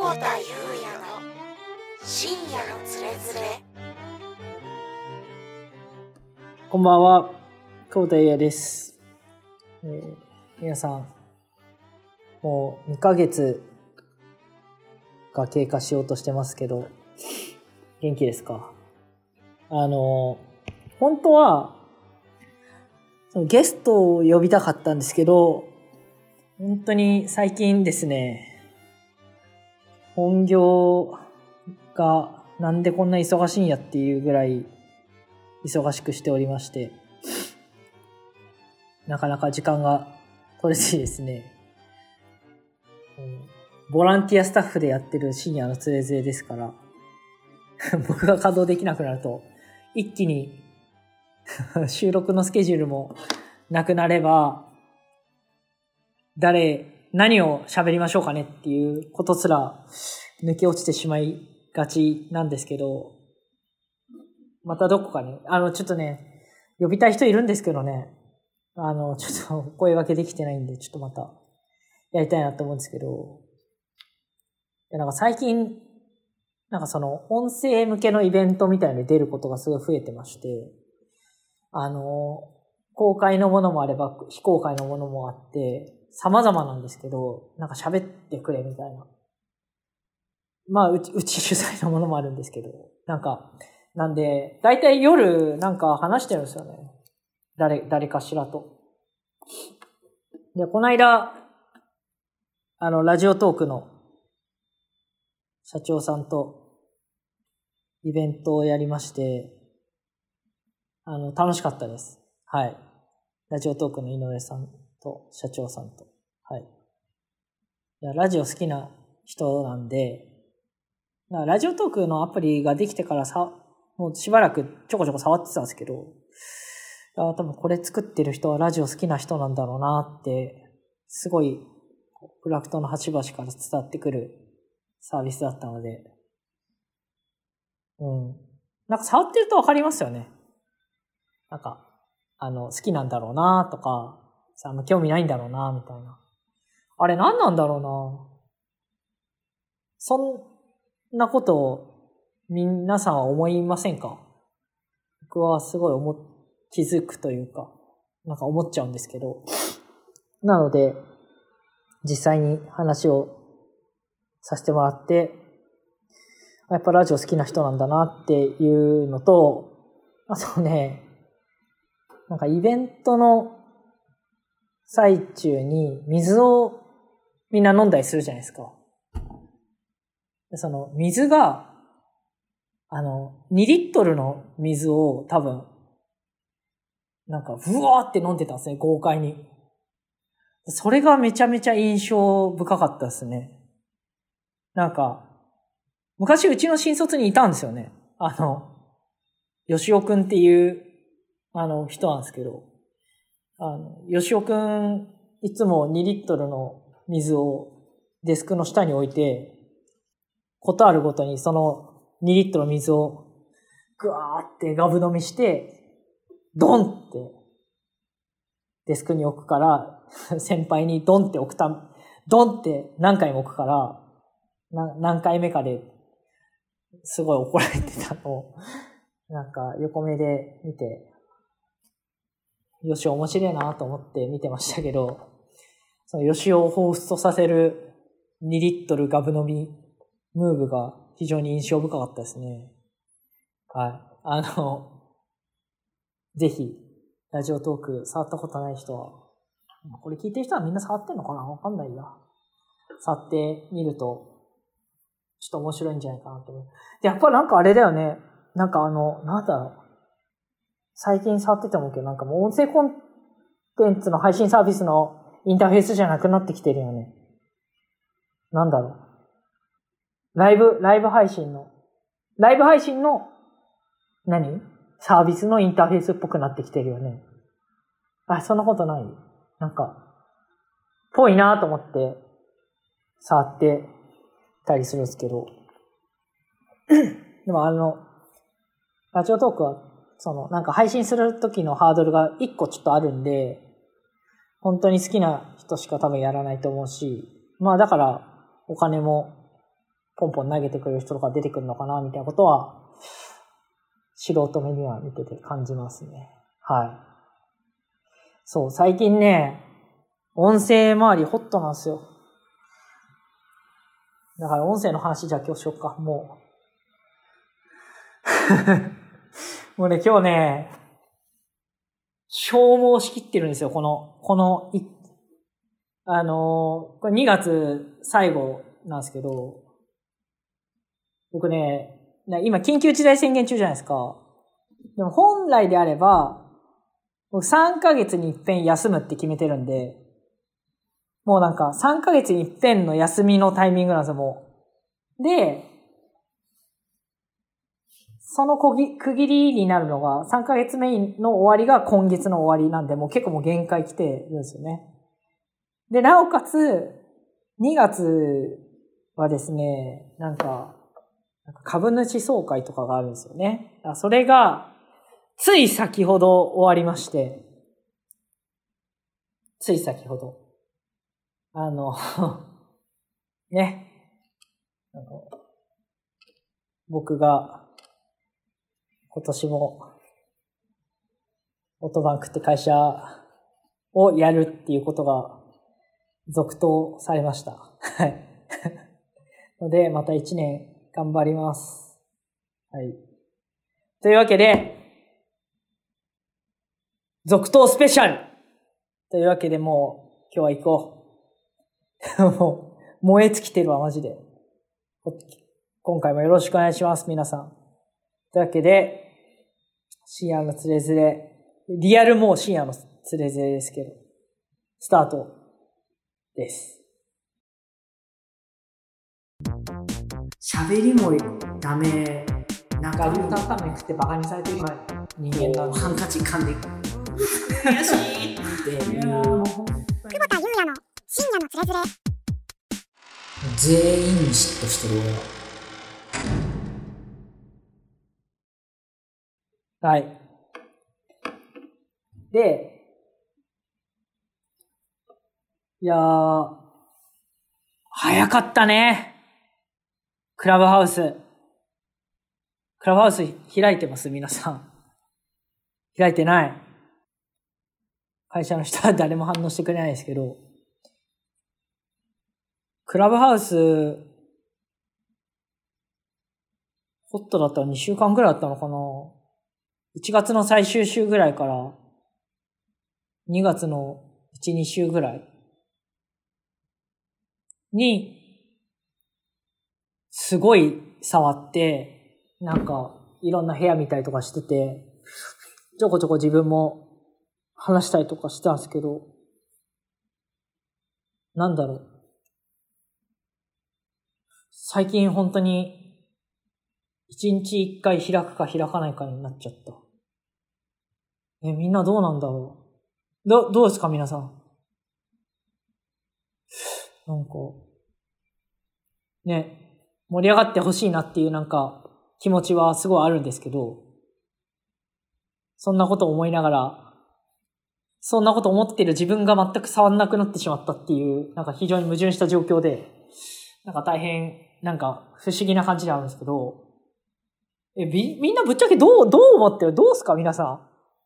田裕也の深夜のつれづれ。 こんばんは、久保田裕也です。皆さん、もう2ヶ月が経過しようとしてますけど、元気ですか？本当はゲストを呼びたかったんですけど、本当に最近ですね、本業がなんでこんな忙しいんやっていうぐらい忙しくしておりまして、なかなか時間が取れずにですね、ボランティアスタッフでやってる深夜のつれづれですから僕が稼働できなくなると一気に収録のスケジュールもなくなれば、何を喋りましょうかねっていうことすら抜け落ちてしまいがちなんですけど、またどこかね、ちょっとね、呼びたい人いるんですけどね、ちょっと声掛けできてないんで、ちょっとまたやりたいなと思うんですけど、なんか最近、なんかその音声向けのイベントみたいなのに出ることがすごい増えてまして、公開のものもあれば非公開のものもあって、様々なんですけど、なんか喋ってくれみたいな。まあ、うち主催のものもあるんですけど、なんで、だいたい夜なんか話してるんですよね。誰かしらと。で、この間、ラジオトークの社長さんとイベントをやりまして、楽しかったです。はい。ラジオトークの井上さんと社長さんと。はい。いや、ラジオ好きな人なんで、ラジオトークのアプリができてからもうしばらくちょこちょこ触ってたんですけど、多分これ作ってる人はラジオ好きな人なんだろうなって、すごい、プラクトの端々から伝わってくるサービスだったので、なんか触ってるとわかりますよね。なんか、好きなんだろうなとか、興味ないんだろうなみたいな。あれ何なんだろうな。そんなことを皆さんは思いませんか？僕はすごい気づくというか、なんか思っちゃうんですけど。なので、実際に話をさせてもらって、やっぱラジオ好きな人なんだなっていうのと、あとね、なんかイベントの最中に水をみんな飲んだりするじゃないですか。でその水が、2リットルの水を多分、なんか、ブワーって飲んでたんですね、豪快に。それがめちゃめちゃ印象深かったですね。なんか、昔うちの新卒にいたんですよね。吉尾くんっていう、人なんですけど、吉尾くん、いつも2リットルの水をデスクの下に置いて、ことあるごとにその2リットルの水をぐわーってガブ飲みして、ドンってデスクに置くから、先輩にドンって何回も置くから、何回目かですごい怒られてたのを、なんか横目で見て、よし面白いなと思って見てましたけど、そのよしを彷彿とさせる2リットルガブ飲みムーブが非常に印象深かったですね。はい。ぜひ、ラジオトーク触ったことない人は、これ聞いてる人はみんな触ってんのかな？わかんないや。触ってみると、ちょっと面白いんじゃないかなと思う。で、やっぱなんかあれだよね。なんかなんだろう。最近触っててもいいけど、なんかもう音声コンテンツの配信サービスのインターフェースじゃなくなってきてるよね。なんだろう。ライブ配信のサービスのインターフェースっぽくなってきてるよね。そんなことない？なんか、ぽいなと思って、触ってたりするんですけど。でもラジオトークは、なんか配信する時のハードルが一個ちょっとあるんで、本当に好きな人しか多分やらないと思うし、まあだから、お金もポンポン投げてくれる人とか出てくるのかなみたいなことは、素人目には見てて感じますね。はい。そう、最近ね、音声周りホットなんですよ。だから音声の話じゃあ今日しよっか、もう。もうね、今日ね、消耗しきってるんですよ、これ2月最後なんですけど、僕ね、今緊急事態宣言中じゃないですか。でも本来であれば、僕3ヶ月に一遍休むって決めてるんで、もうなんか3ヶ月に一遍の休みのタイミングなんですよ、もう。で、その区切りになるのが3ヶ月目の終わりが今月の終わりなんで、もう結構もう限界来てるんですよね。で、なおかつ、2月はですね、なんか株主総会とかがあるんですよね。それが、つい先ほど終わりまして、つい先ほど。ね。僕が、今年も、オートバンクって会社をやるっていうことが、続投されました。はい。ので、また1年頑張ります。はい。というわけで、続投スペシャルというわけでもう今日は行こう。もう燃え尽きてるわ、マジで。今回もよろしくお願いします、皆さん。というわけで、深夜のつれづれ、リアルもう深夜のつれづれですけど、スタートです。喋りもダメ。なんか牛タンタンメン食ってバカにされてる人間なんで。ハンカチ噛んで悔しいっていう。久保田裕也の深夜のつれづれ。全員に嫉妬してる俺は。はい。で、いやー、早かったね。クラブハウス開いてます皆さん。開いてない。会社の人は誰も反応してくれないですけど、クラブハウス、ホットだったら2週間ぐらいだったのかな。1月の最終週ぐらいから2月の1、2週ぐらいにすごい触って、なんかいろんな部屋見たりとかしてて、ちょこちょこ自分も話したりとかしてたんですけど、なんだろう。最近本当に1日1回開くか開かないかになっちゃった。みんなどうなんだろう。どうですか皆さん。なんか、ね、盛り上がってほしいなっていうなんか気持ちはすごいあるんですけど、そんなこと思いながら、そんなこと思ってる自分が全く触んなくなってしまったっていう、なんか非常に矛盾した状況で、なんか大変、なんか不思議な感じであるんですけど、みんなぶっちゃけどう思ってる？どうすか皆さん。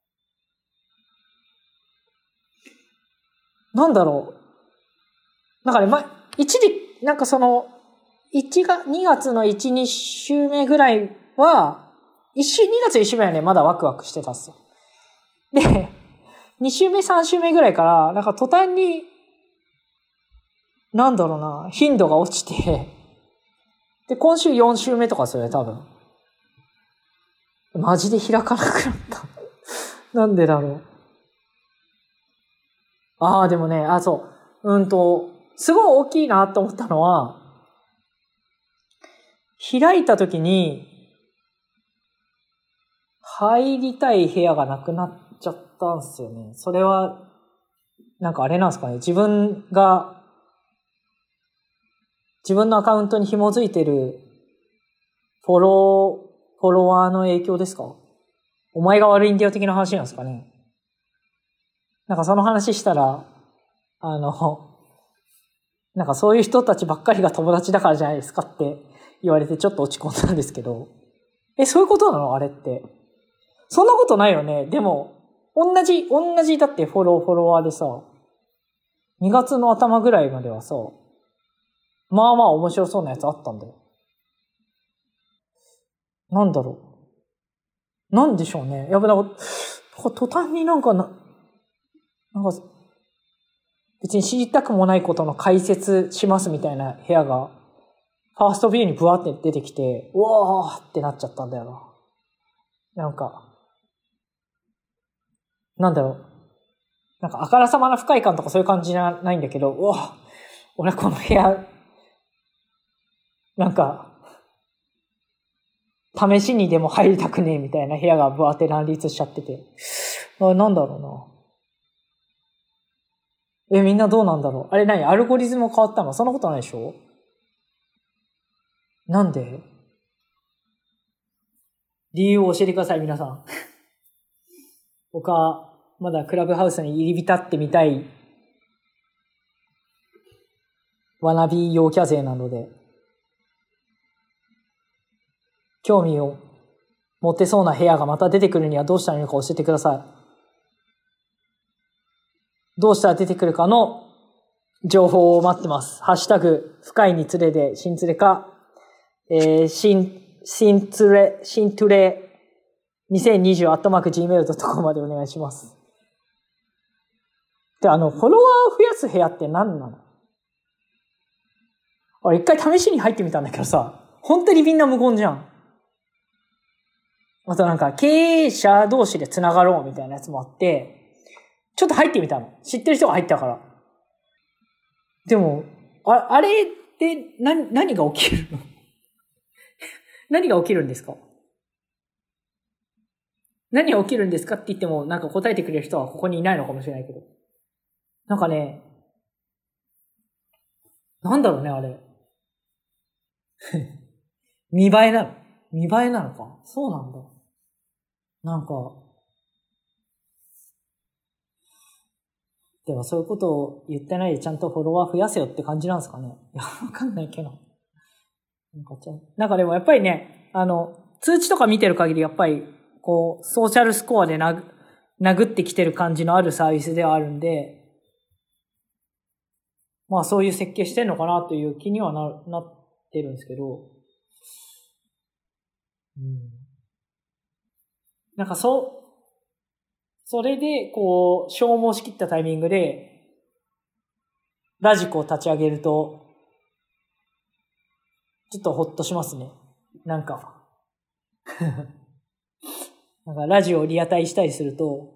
なんだろう。なんかね、なんかその、2月の1、2週目ぐらいは、2月1週目はね、まだワクワクしてたっすよ。で、2週目、3週目ぐらいから、なんか途端に、なんだろうな、頻度が落ちて、で、今週4週目とかそれ多分。マジで開かなくなった。なんでだろう。でもね、そう。すごい大きいなと思ったのは、開いた時に、入りたい部屋がなくなっちゃったんですよね。それは、なんかあれなんですかね。自分のアカウントに紐づいてるフォロワーの影響ですか？お前が悪いんだよ的な話なんですかね。なんかその話したら、なんかそういう人たちばっかりが友達だからじゃないですかって言われてちょっと落ち込んだんですけど、そういうことなのあれって。そんなことないよね。でも、同じだってフォロワーでさ、2月の頭ぐらいまではさ、まあまあ面白そうなやつあったんだよ。なんだろう。なんでしょうね。やっぱなんか途端になんか別に知りたくもないことの解説しますみたいな部屋が、ファーストビューにブワーって出てきて、うわーってなっちゃったんだよな。なんか、なんだろう。なんかあからさまな不快感とかそういう感じじゃないんだけど、うわ、俺この部屋、なんか、試しにでも入りたくねえみたいな部屋がブワーって乱立しちゃってて。なんだろうな。みんなどうなんだろう。あれ何アルゴリズム変わったの？そんなことないでしょ？なんで？理由を教えてください、皆さん。僕は、まだクラブハウスに入り浸ってみたい、ワナビ陽キャ勢なので、興味を持ってそうな部屋がまた出てくるにはどうしたらいいのか教えてください。どうしたら出てくるかの情報を待ってます。ハッシュタグ、深いにつれで、新つれか、新トゥレ2020@gmail.com までお願いします。で、フォロワーを増やす部屋って何なの？俺一回試しに入ってみたんだけどさ、本当にみんな無言じゃん。あとなんか経営者同士で繋がろうみたいなやつもあって、ちょっと入ってみたの。知ってる人が入ったから。でも、あれって何が起きるの？何が起きるんですか？何が起きるんですかって言ってもなんか答えてくれる人はここにいないのかもしれないけど。なんかね、なんだろうね、あれ。見栄えなのか。そうなんだ。なんか、でもそういうことを言ってないでちゃんとフォロワー増やせよって感じなんですかね。いや、わかんないけど。なんかでもやっぱりね、通知とか見てる限りやっぱり、こう、ソーシャルスコアで殴ってきてる感じのあるサービスではあるんで、まあそういう設計してんのかなという気にはなってるんですけど、なんかそれでこう消耗しきったタイミングでラジコを立ち上げるとちょっとほっとしますね。なんかラジオをリアタイしたりすると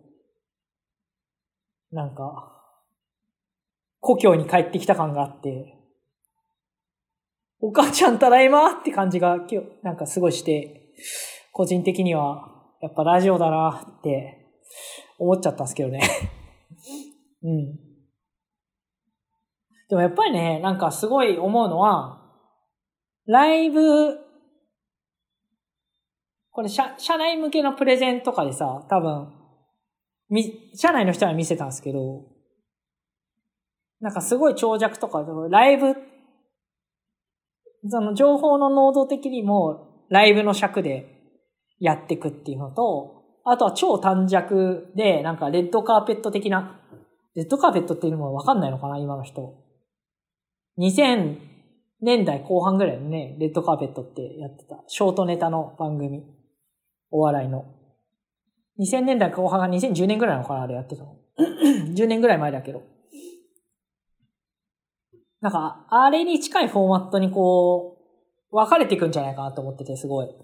なんか故郷に帰ってきた感があって、お母ちゃんただいまって感じが今日なんかすごいして、個人的にはやっぱラジオだなって思っちゃったんですけどね。うん。でもやっぱりね、なんかすごい思うのは、ライブ、これ社内向けのプレゼンとかでさ、多分、社内の人は見せたんですけど、なんかすごい長尺とか、ライブ、その情報の濃度的にもライブの尺でやっていくっていうのと、あとは超短尺で、なんかレッドカーペット的な、レッドカーペットっていうのもわかんないのかな、今の人。2000年代後半ぐらいのね、レッドカーペットってやってた。ショートネタの番組。お笑いの。2000年代後半が2010年ぐらいのかな、あれやってたの。10年ぐらい前だけど。なんか、あれに近いフォーマットにこう、分かれていくんじゃないかなと思ってて、すごい。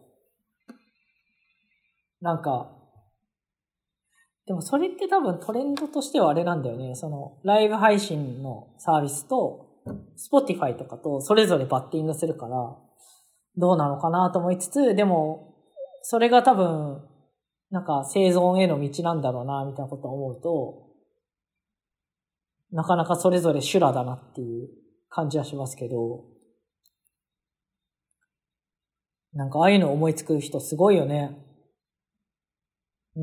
なんか、でもそれって多分トレンドとしてはあれなんだよね。その、ライブ配信のサービスと、Spotify とかとそれぞれバッティングするから、どうなのかなと思いつつ、でも、それが多分、なんか生存への道なんだろうな、みたいなことを思うと、なかなかそれぞれ修羅だなっていう感じはしますけど、なんかああいうの思いつく人すごいよね。うん。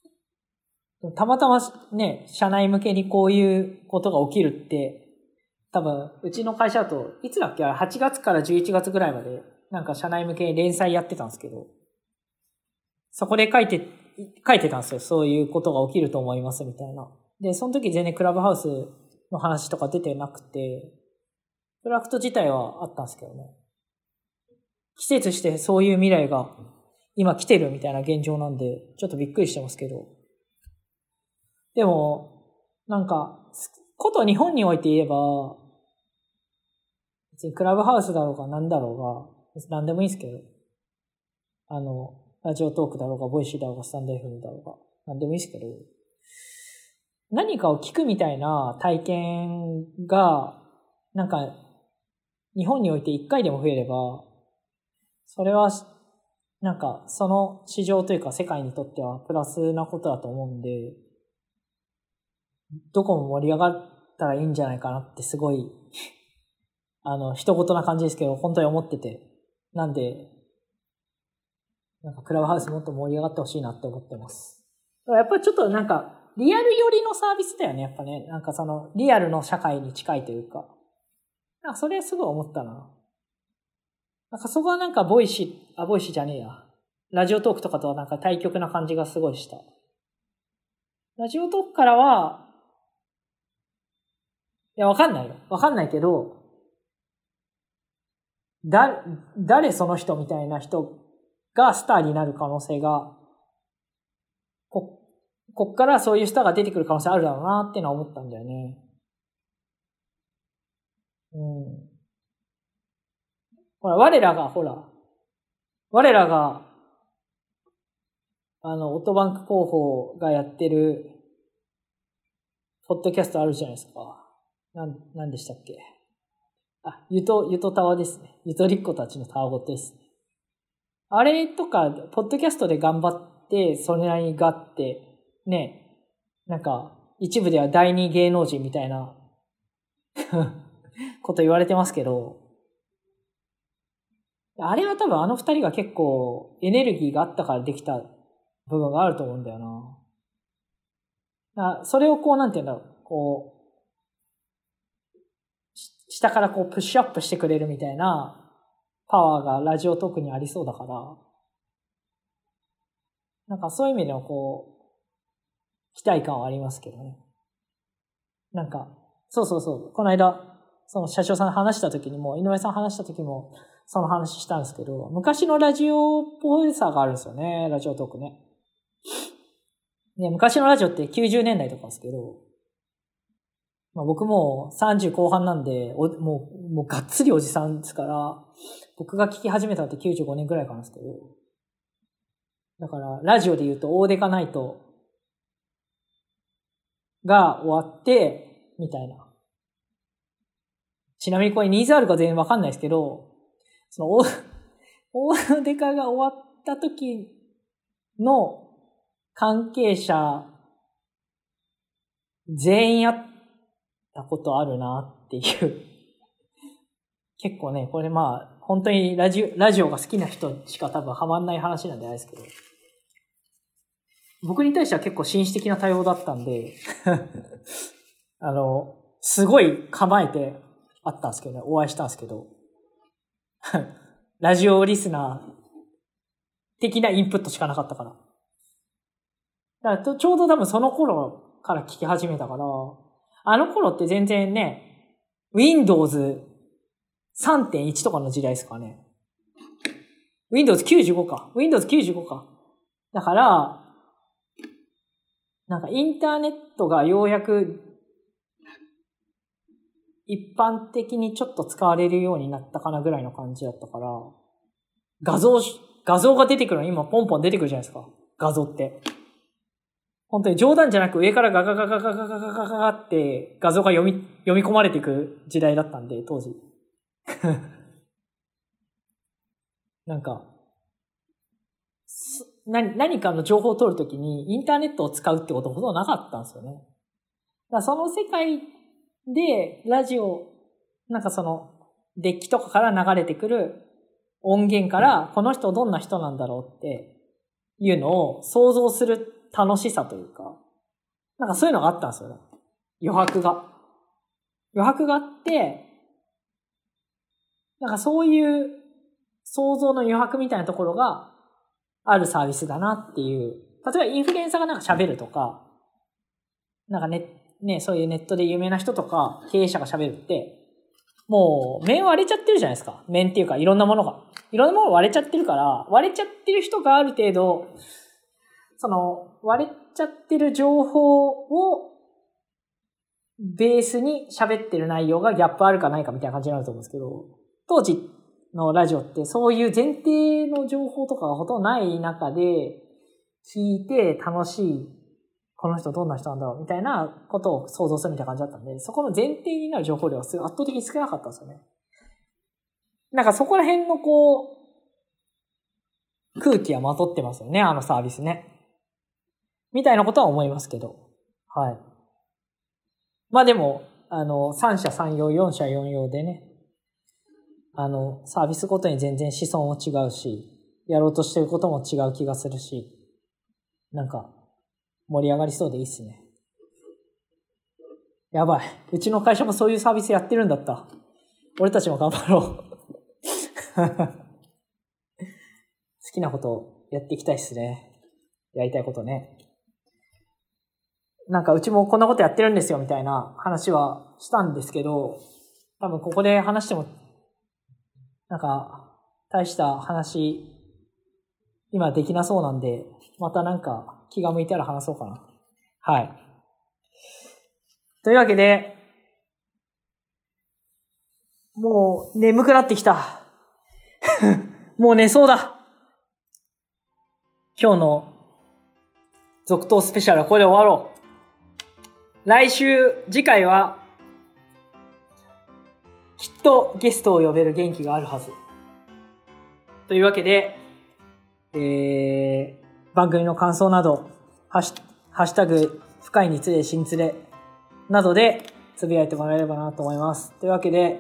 たまたまね、社内向けにこういうことが起きるって、 多分、うちの会社だと、いつだっけ ?8 月から11月ぐらいまで、なんか社内向けに連載やってたんですけど、そこで書いてたんですよ。そういうことが起きると思いますみたいな。で、その時全然クラブハウスの話とか出てなくて、プロダクト自体はあったんですけどね。季節してそういう未来が今来てるみたいな現状なんで、ちょっとびっくりしてますけど。でも、なんか、こと日本において言えば、別にクラブハウスだろうが何だろうが、別に何でもいいんですけど、ラジオトークだろうが、ボイシーだろうが、スタンド FM だろうが、何でもいいですけど、何かを聞くみたいな体験が、なんか、日本において一回でも増えれば、それは、なんか、その市場というか世界にとってはプラスなことだと思うんで、どこも盛り上がったらいいんじゃないかなってすごい、一言な感じですけど、本当に思ってて。なんで、なんかクラブハウスもっと盛り上がってほしいなって思ってます。やっぱりちょっとなんか、リアル寄りのサービスだよね、やっぱね。なんかその、リアルの社会に近いというか。なんかそれはすごい思ったな。なんかそこはなんかボイシーじゃねえや。ラジオトークとかとはなんか対極な感じがすごいした。ラジオトークからは、いや、わかんないよ。わかんないけど、誰その人みたいな人がスターになる可能性が、こっからそういうスターが出てくる可能性あるだろうなっていうのは思ったんだよね。ほら、我らが、オートバンク広報がやってる、ポッドキャストあるじゃないですか。なんでしたっけ。ゆとたわですね。ゆとりっ子たちのたわごとですね。あれとか、ポッドキャストで頑張って、それなりにがって、ね、なんか、一部では第二芸能人みたいなこと言われてますけど、あれは多分あの二人が結構エネルギーがあったからできた部分があると思うんだよな。それをこう、なんていうんだろう、こう、下からこうプッシュアップしてくれるみたいなパワーがラジオトークにありそうだから、なんかそういう意味ではこう、期待感はありますけどね。なんか、そう。この間、その社長さん話した時にも、井上さん話した時も、その話したんですけど、昔のラジオっぽさがあるんですよね、ラジオトークね。ね、昔のラジオって90年代とかですけど、まあ、僕も30後半なんで、もうがっつりおじさんですから、僕が聞き始めたのって95年くらいからなんですけど、だから、ラジオで言うと、オーデカナイトが終わって、みたいな。ちなみにこれニーズあるか全然わかんないですけど、そのオーデカが終わった時の関係者全員やったことあるなっていう。結構ね、これまあ、本当にラジオが好きな人しか多分ハマんない話なんであれですけど、僕に対しては結構紳士的な対応だったんで、すごい構えてあったんですけどね、お会いしたんですけど、ラジオリスナー的なインプットしかなかったから。だからちょうど多分その頃から聞き始めたから、あの頃って全然ね、Windows 3.1 とかの時代ですかね。Windows 95か。Windows 95か。だから、なんかインターネットがようやく一般的にちょっと使われるようになったかなぐらいの感じだったから、画像が出てくるの今ポンポン出てくるじゃないですか。画像って。本当に冗談じゃなく上からガガガガガガガガガガって画像が読み込まれていく時代だったんで、当時。なんか、何かの情報を取るときにインターネットを使うってことほどなかったんですよね。だからその世界でラジオ、なんかそのデッキとかから流れてくる音源からこの人どんな人なんだろうっていうのを想像する楽しさというか、なんかそういうのがあったんですよね。余白が。 余白があって、なんかそういう想像の余白みたいなところがあるサービスだなっていう。例えばインフルエンサーがなんか喋るとか、なんかね、そういうネットで有名な人とか経営者が喋るって、もう面割れちゃってるじゃないですか。面っていうかいろんなものが。いろんなもの割れちゃってるから、割れちゃってる人がある程度、その割れちゃってる情報をベースに喋ってる内容がギャップあるかないかみたいな感じになると思うんですけど、当時のラジオってそういう前提の情報とかがほとんどない中で聞いて楽しい、この人どんな人なんだろうみたいなことを想像するみたいな感じだったんで、そこの前提になる情報量は圧倒的に少なかったんですよね。なんかそこら辺の空気はまとってますよね、あのサービスね。みたいなことは思いますけど。はい。まあでも、三者三様、四者四様でね、サービスごとに全然思想も違うし、やろうとしてることも違う気がするし、なんか、盛り上がりそうでいいっすね。やばい。うちの会社もそういうサービスやってるんだった。俺たちも頑張ろう。好きなことをやっていきたいっすね。やりたいことね。なんかうちもこんなことやってるんですよみたいな話はしたんですけど、多分ここで話してもなんか大した話今できなそうなんで、またなんか気が向いたら話そうかな。はい。というわけで、もう眠くなってきた。もう寝そうだ。今日の続投スペシャルはこれで終わろう。次回は、きっとゲストを呼べる元気があるはず。というわけで、番組の感想など、ハッシュタグ、深いにつれ、新つれ、などでつぶやいてもらえればなと思います。というわけで、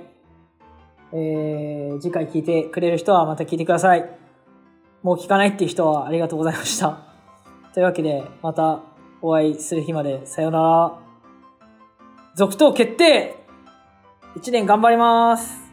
次回聞いてくれる人はまた聞いてください。もう聞かないっていう人はありがとうございました。というわけで、またお会いする日まで、さようなら。続投決定！ 1 年頑張ります。